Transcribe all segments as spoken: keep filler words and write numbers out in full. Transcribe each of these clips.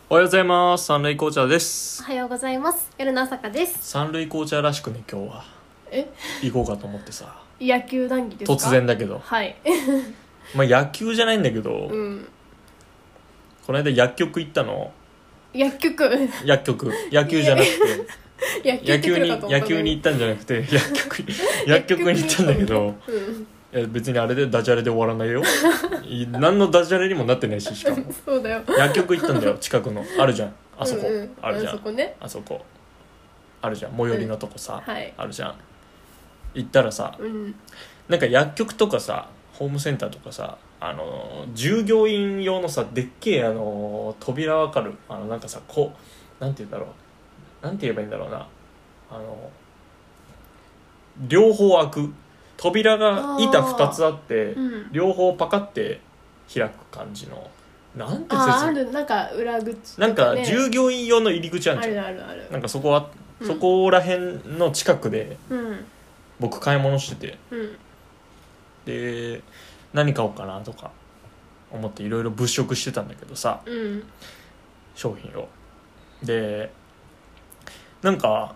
おはようございます。三塁紅茶です。 おはようございます。夜の朝香です。 三塁紅茶らしくね、今日はえ行こうかと思ってさ。 野球談義ですか？ 突然だけど、 はいまあ野球じゃないんだけど、 うん、 この間薬局行ったの。 薬局薬局野球じゃなくて野球野球に野球に行ったんじゃなくて薬局薬局に行ったんだけど、 うん、 いや別にあれでダジャレで終わらないよ。何のダジャレにもなってないし、しかもそうだよ。 薬局行ったんだよ。近くのあるじゃん、あそこ、 うんうん、 あるじゃん、 あそこね、 あそこあるじゃん、最寄りのとこさ、 うん、はい、 あるじゃん。行ったらさ、 うん、 なんか薬局とかさ、ホームセンターとかさ、あの従業員用のさ、でっけえあの扉わかる、あのなんかさ、こうなんて言うんだろう、なんて言えばいいんだろうな、あの両方開く扉が板ふたつあって、 うん、 両方パカって開く感じの、なんて説明、 あある、なんか裏口とか、ね、 なんか従業員用の入り口あるじゃん。 あるあるある。 なんかそこは、うん、そこら辺の近くで、 うん、 僕買い物してて、 うん、 で何買おうかなとか思っていろいろ物色してたんだけどさ、 うん、 商品を。でなんか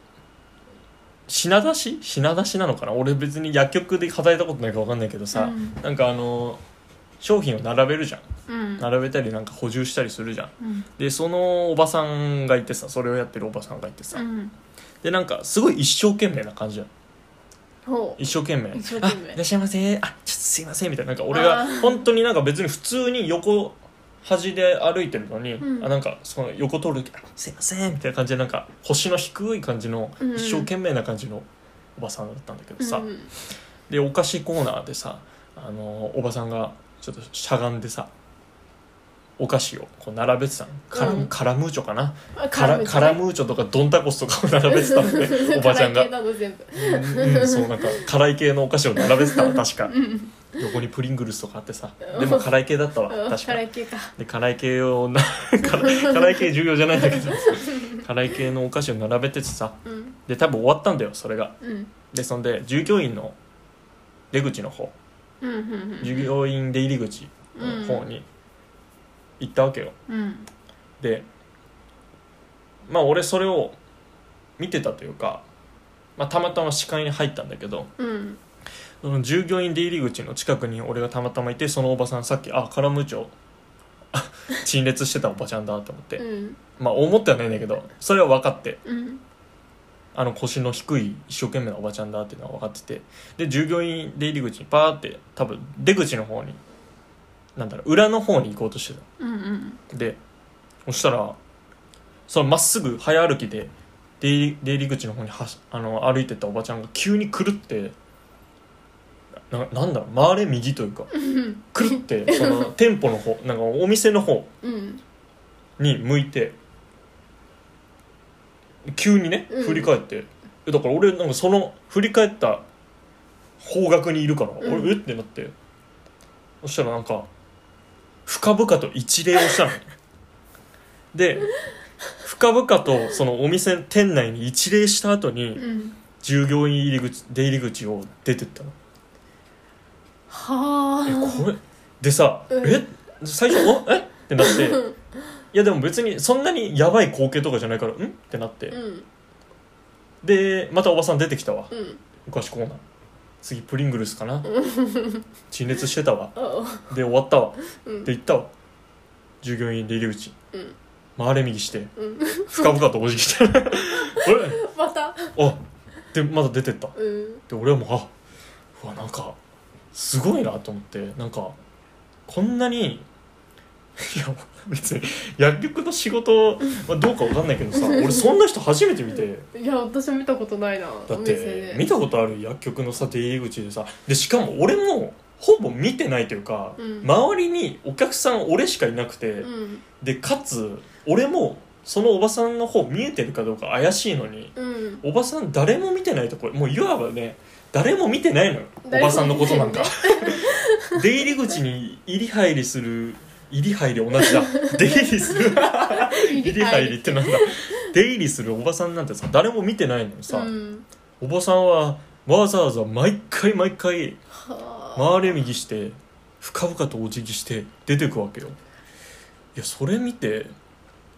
品出し品出しなのかな、俺別に薬局で働いたことないか分かんないけどさ、うん、なんかあの商品を並べるじゃん、うん、並べたりなんか補充したりするじゃん、うん、でそのおばさんがいてさ、それをやってるおばさんがいてさ、うん、でなんかすごい一生懸命な感じじゃん。一生懸命一生懸命、 あいらっしゃいませ、あちょっとすいませんみたいな、なんか俺が本当になんか別に普通に横端で歩いてるのに、うん、あなんかその横通る時すいませんみたいな感じで、なんか腰の低い感じの、うん、一生懸命な感じのおばさんだったんだけどさ、うん、でお菓子コーナーでさ、あのおばさんがちょっとしゃがんでさ、お菓子をこう並べてたの、カラ、うん、カラムーチョかな、カラ、カラムーチョとかドンタコスとかを並べてたのでおばちゃんが辛い系なの全部、 うんうん、そうなんか辛い系のお菓子を並べてたの確か、うん、横にプリングルスとかあってさ、でも辛い系だったわ確か。 辛い系か。 で辛い系をな辛い系重要じゃないんだけど辛い系のお菓子を並べててさ、うん、で多分終わったんだよそれが、うん、でそんで従業員の出口の方、うんうんうん、従業員出入り口の方に行ったわけよ、うん、でまあ俺それを見てたというか、まあ、たまたま視界に入ったんだけど、うん、その従業員出入り口の近くに俺がたまたまいて、そのおばさんさっきあカラムーチョ陳列してたおばちゃんだと思って、うん、まあ思ってはないんだけどそれは分かって、うん、あの腰の低い一生懸命なおばちゃんだっていうのは分かってて、で従業員出入り口にパーって多分出口の方になんだろう裏の方に行こうとしてた、うんうん、でそしたらそのまっすぐ早歩きで出入り、出入り口の方にはあの歩いてったおばちゃんが急に狂って、な, なんだろう回れ右というか狂ってその店舗の方なんかお店の方に向いて急にね振り返って、うん、だから俺なんかその振り返った方角にいるから、うん、俺えってなって、そしたらなんか深々と一礼をしたので深々とそのお店店内に一礼した後に、うん、従業員入り口出入り口を出てったの。 はあ。 えこれでさ、うん、え最初おえってなっていやでも別にそんなにやばい光景とかじゃないからんってなって、うん、でまたおばさん出てきたわ、うん、お菓子コーナー次プリングルスかな陳列してたわで終わったわ、うん、で行ったわ従業員出入り口、うん、回れ右して、うん、深々とお辞儀してまたあでまだ出てった、うん、で俺はもうあうわなんかすごいなと思って、なんかこんなにいや別に薬局の仕事はどうか分かんないけどさ俺そんな人初めて見ていや私は見たことないな。 だって見たことある薬局のさ出入り口でさ、でしかも俺もほぼ見てないというか、うん、周りにお客さん俺しかいなくて、うん、でかつ俺もそのおばさんの方見えてるかどうか怪しいのに、うん、おばさん誰も見てないところもういわばね誰も見てないのよおばさんのことなんか出入り口に入り入りする入り入り同じだ出入りする入り入りってなんだ出入りするおばさんなんてさ誰も見てないのにさ、うん、おばさんはわざわざ毎回毎回回れ右して深々とお辞儀して出てくわけよ。いやそれ見て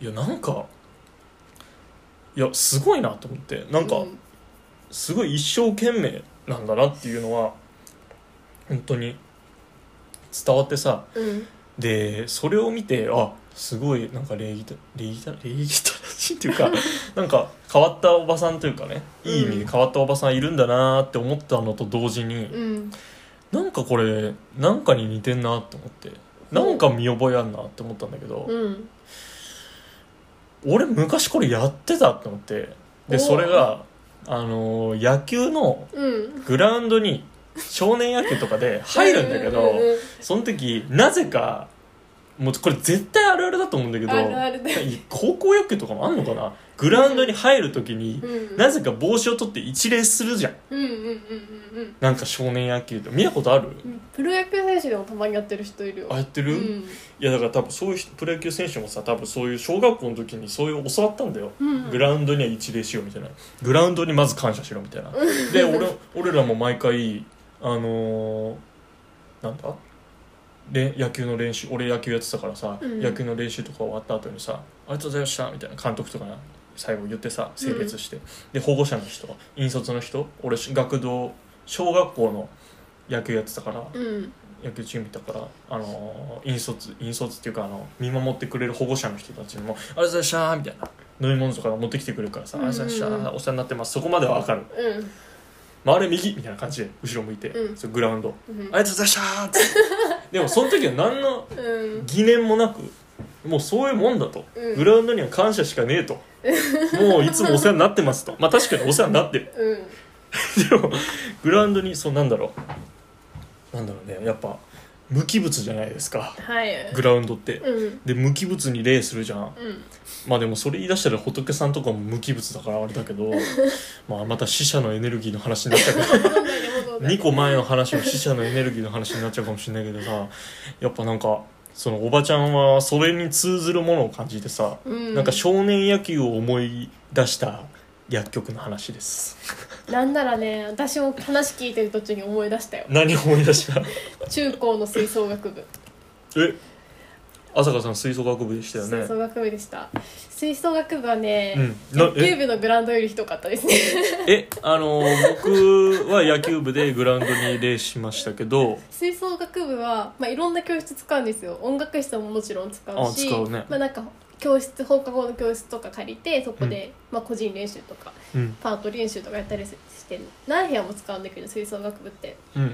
いやなんかいやすごいなと思って、なんか、 うん、 すごい一生懸命なんだなっていうのは本当に伝わってさ、 うん、 でそれを見てあすごいなんか礼儀た礼儀た礼儀正しいっていうかなんか変わったおばさんというかね、いい意味で変わったおばさんいるんだなって思ったのと同時に、 うん、 なんかこれなんかに似てんなって思って、なんか見覚えあんなって思ったんだけど、 うん、 俺昔これやってたって思って、でそれがあのー野球のグラウンドに少年野球とかで入るんだけど、その時なぜかもうこれ絶対あるあるだと思うんだけど、 あるあるだよ高校野球とかもあんのかな、グラウンドに入る時に、 うん、 なぜか帽子を取って一礼するじゃん、 うんうんうんうんうん、 なんか少年野球と見たことある？ プロ野球選手でもたまにやってる人いるよ。 あやってる、 うん、 いやだから多分そういう人プロ野球選手もさ、多分そういう小学校の時にそういう教わったんだよ、 うん、 グラウンドには一礼しようみたいな、グラウンドにまず感謝しろみたいなで 俺, 俺らも毎回あのー、なんだで野球の練習、俺野球やってたからさ、うん、野球の練習とか終わった後にさありがとうございましたみたいな監督とかが最後言ってさ整列して、うん、で保護者の人、引率の人、俺学童小学校の野球やってたから、 うん、 野球チームだから、あのー、引率引率っていうかあの見守ってくれる保護者の人たちにもありがとうございましたみたいな飲み物とか持ってきてくれるからさ、うんうんうん、ありがとうございましたお世話になってます、そこまでは分かる、 うん、 回れ右みたいな感じで後ろ向いて、うん、そグラウンド、うん、ありがとうございましたってでもその時は何の疑念もなく、もうそういうもんだと、うん、グラウンドには感謝しかねえともういつもお世話になってますとまあ確かにお世話になってる、うん、でもグラウンドにそうなんだろうなんだろうね、やっぱ無機物じゃないですか、 はい、 グラウンドって、うん、で無機物に礼するじゃん、 うん、 まあでもそれ言い出したら仏さんとかも無機物だからあれだけどまあまた死者のエネルギーの話になっちゃうけどにこまえの話の死者のエネルギーの話になっちゃうかもしれないけどさ、やっぱなんかそのおばちゃんはそれに通ずるものを感じてさ、うん、なんか少年野球を思い出した薬局の話ですなんならね、私も話聞いてる途中に思い出したよ。 何を思い出した？ 中高の吹奏楽部。 え朝香さん吹奏楽部でしたよね。 吹奏楽部でした。吹奏楽部はね、うん、野球部のグラウンドよりひどかったですねえあの僕は野球部でグラウンドに礼しましたけど吹奏楽部は、まあ、いろんな教室使うんですよ。音楽室ももちろん使うし、 あ使うね、 まあ、なんか教室放課後の教室とか借りてそこで、うんまあ、個人練習とか、うん、パート練習とかやったりして何部屋も使うんだけど吹奏楽部って、うんうんうん、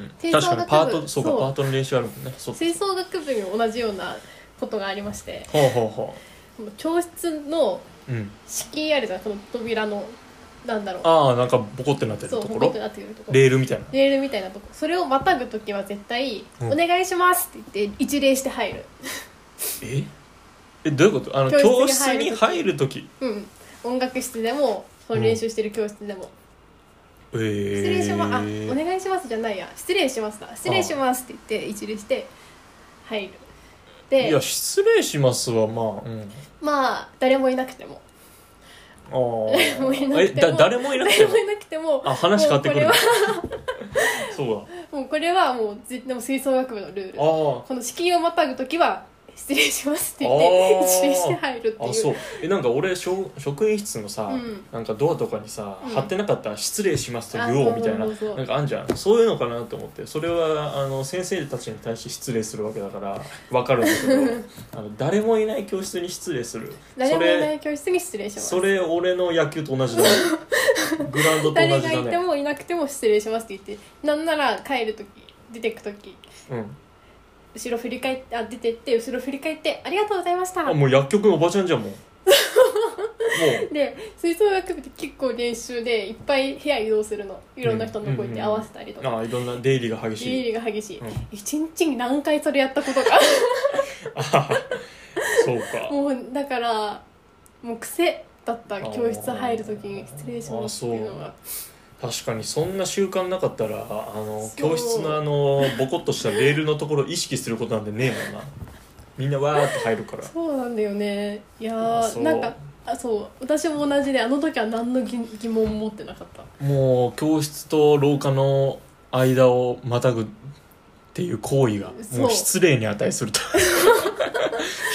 吹奏楽部確かにパートそうかパートの練習あるもんね。そう吹奏楽部に同じようなことがありまして、 ほうほうほう教室の敷居あるじゃん、この扉のなんだろうああなんかボコってなってるところ、 そうボコってなってるところレールみたいなレールみたいなところ、それをまたぐときは絶対、うん、お願いしますって言って一礼して入るええどういうことあの教室に入るとき、 うん、音楽室でもその練習してる教室でも、 うん、えー、 失礼しますあお願いしますじゃないや失礼しますだ失礼しますって言って一礼して入る。でいや失礼しますはまあ、うん、 まあ誰もいなくてもあ誰もいなくても誰もいなくても誰もいなくてもあ話変わってくるそうだもうこれはもうでも吹奏楽部のルール、この敷居をまたぐときは失礼しますって言って一礼して入るっていう。 あそうえなんか俺職員室のさ、うん、なんかドアとかにさ、うん、貼ってなかったら失礼しますと言おうみたいななんかあんじゃん、そういうのかなと思って、それはあの先生たちに対して失礼するわけだから分かるんだけどあの誰もいない教室に失礼する誰もいない教室に失礼します。 それ俺の野球と同じだグラウンドと同じだね。 誰がいてもいなくても失礼しますって言って、なんなら帰るとき出てくとき、うん後ろ振り返ってあ出てって後ろ振り返ってありがとうございました。 あもう薬局のおばちゃんじゃんもうもうで吹奏楽部って結構練習でいっぱい部屋移動するの、いろんな人の声で合わせたりとか、 うんうんうん、あいろんな出入りが激しい出入りが激しい、うん、一日に何回それやったことかあそうかもうだからもう癖だった。教室入るときに失礼しますっていうのが確かにそんな習慣なかったらあの教室のあのボコッとしたレールのところを意識することなんてねえもんな。みんなわーって入るからそうなんだよね。いやーなんかあそう私も同じであの時は何の 疑, 疑問も持ってなかった。 もう教室と廊下の間をまたぐっていう行為がもう失礼に値すると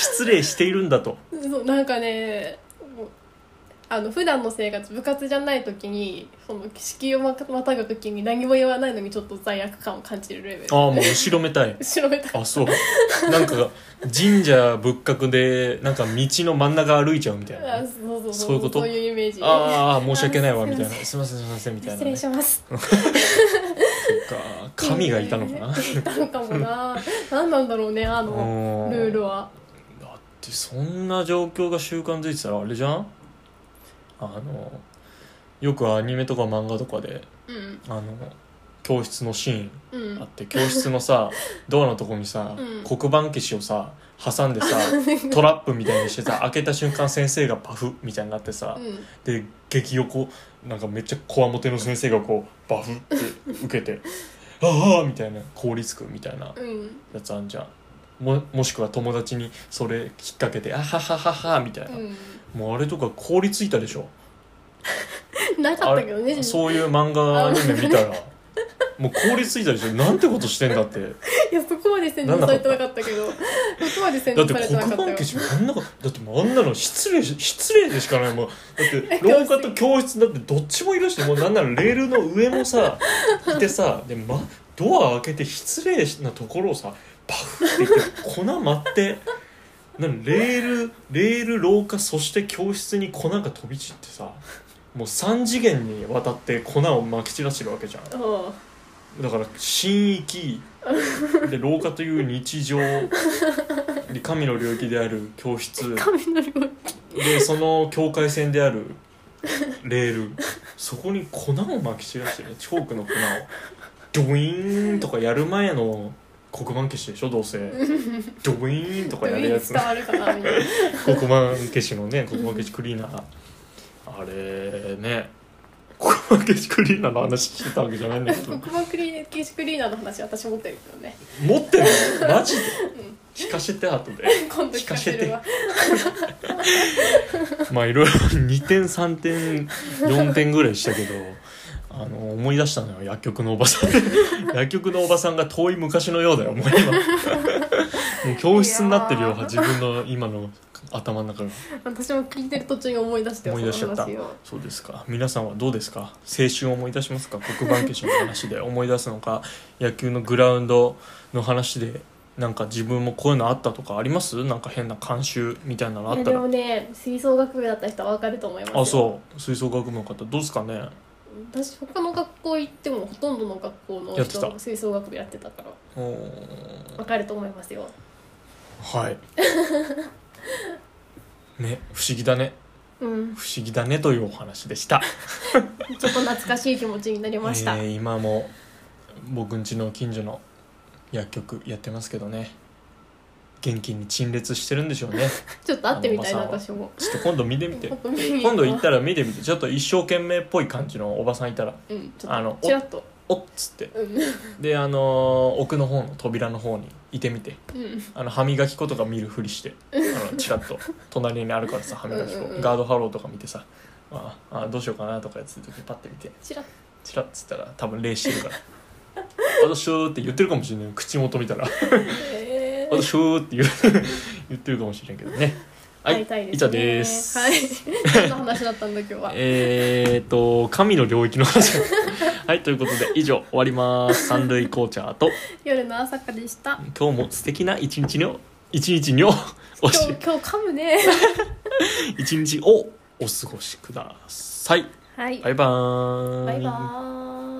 失礼しているんだと。 そうなんかねあの普段の生活部活じゃない時にその敷居をまたぐ時に何も言わないのにちょっと罪悪感を感じるレベル。 ああもう後ろめたい後ろめたい。 あそうなんか神社仏閣でなんか道の真ん中歩いちゃうみたいな、 あそうそうそうそういうことそういうイメージ。 ああ申し訳ないわみたいなすいませんすいませんみたいな、 失礼しますそっか神がいたのかな、 いたのかもな。何なんだろうねあのルールは。 だってそんな状況が習慣づいてたらあれじゃん、あのよくアニメとか漫画とかで、 うん、 あの教室のシーンあって、 うん、 教室のさドアのとこにさ、うん、黒板消しをさ挟んでさトラップみたいにしてさ開けた瞬間先生がパフみたいになってさ、うん、で激横なんかめっちゃこわもての先生がこうバフって受けてああみたいな凍りつくみたいなやつあんじゃん、も, もしくは友達にそれきっかけてあははははみたいな、うん、もうあれとか凍りついたでしょなかったけどね。 そういう漫画アニメ見たらもう凍りついたでしょなんてことしてんだって。 いやそこまで洗脳されてなかったけどそこまで洗脳されてなかったよ。だって黒板消しあんなだってもうあんなの失礼失礼でしかないもん。だって廊下と教室だってどっちもいるし、もうなんならレールの上もさいてさで、ま、ドア開けて失礼なところをさパフって言って粉舞ってなんレールレール廊下そして教室に粉が飛び散ってさもうさん次元にわたって粉をまき散らしてるわけじゃん。だから神域で廊下という日常で神の領域である教室神の領域でその境界線であるレールそこに粉をまき散らしてねチョークの粉をドイーンとかやる前の黒板消しでしょどうせドイーンとかやるやつ伝わるかなみたいな黒板消しのね黒板消しクリーナーあれね黒板消しクリーナーの話してたわけじゃないんだけど黒板消しクリーナーの話私持ってるけどね。 持ってるのマジで、うん、聞かせて後で今度聞かせるわまあいろいろにてんさんてんよんてんぐらいしたけどあの思い出したのよ薬局のおばさん薬局のおばさんが遠い昔のようだよもう今もう教室になってるよ自分の今の頭の中が。 私も聞いてる途中に思い出して思い出しちゃった。そうですか。皆さんはどうですか。青春を思い出しますか。黒板消しの話で思い出すのか野球のグラウンドの話でなんか自分もこういうのあったとかあります。なんか変な慣習みたいなのあったら。 でもね吹奏楽部だった人は分かると思いますよ。 あそう吹奏楽部の方どうですかね。 私他の学校行ってもほとんどの学校の人が吹奏楽部やってたから分かると思いますよ。 はいね、不思議だね、 うん、 不思議だねというお話でしたちょっと懐かしい気持ちになりました、 えー、今も僕ん家の近所の薬局やってますけどね元気に陳列してるんでしょうねちょっと会ってみたいな私もちょっと今度見てみて今度行ったら見てみてちょっと一生懸命っぽい感じのおばさんいたら、 うん、ちょっとチラッとおっつって、うん、であの奥の方の扉の方にいてみて、 うん、 あの歯磨き粉とか見るふりしてあのチラッと隣にあるからさ歯磨き粉、うんうん、ガードハローとか見てさ ああどうしようかなとかやってる時パッて見てチラッチラッつったら多分礼してるからあどうしようって言ってるかもしれない口元見たらえー、あどうしようって言言ってるかもしれんけどね。はい、いちゃです。 はい。何の話だったんだ今日は。 えーと神の領域の話。はいということで以上終わります。三塁コーチャーと夜の朝香でした。 今日も素敵な一日の一日にを今日今日噛むね。 一日をお過ごしください。 はい。 バイバーイ。 バイバーイ。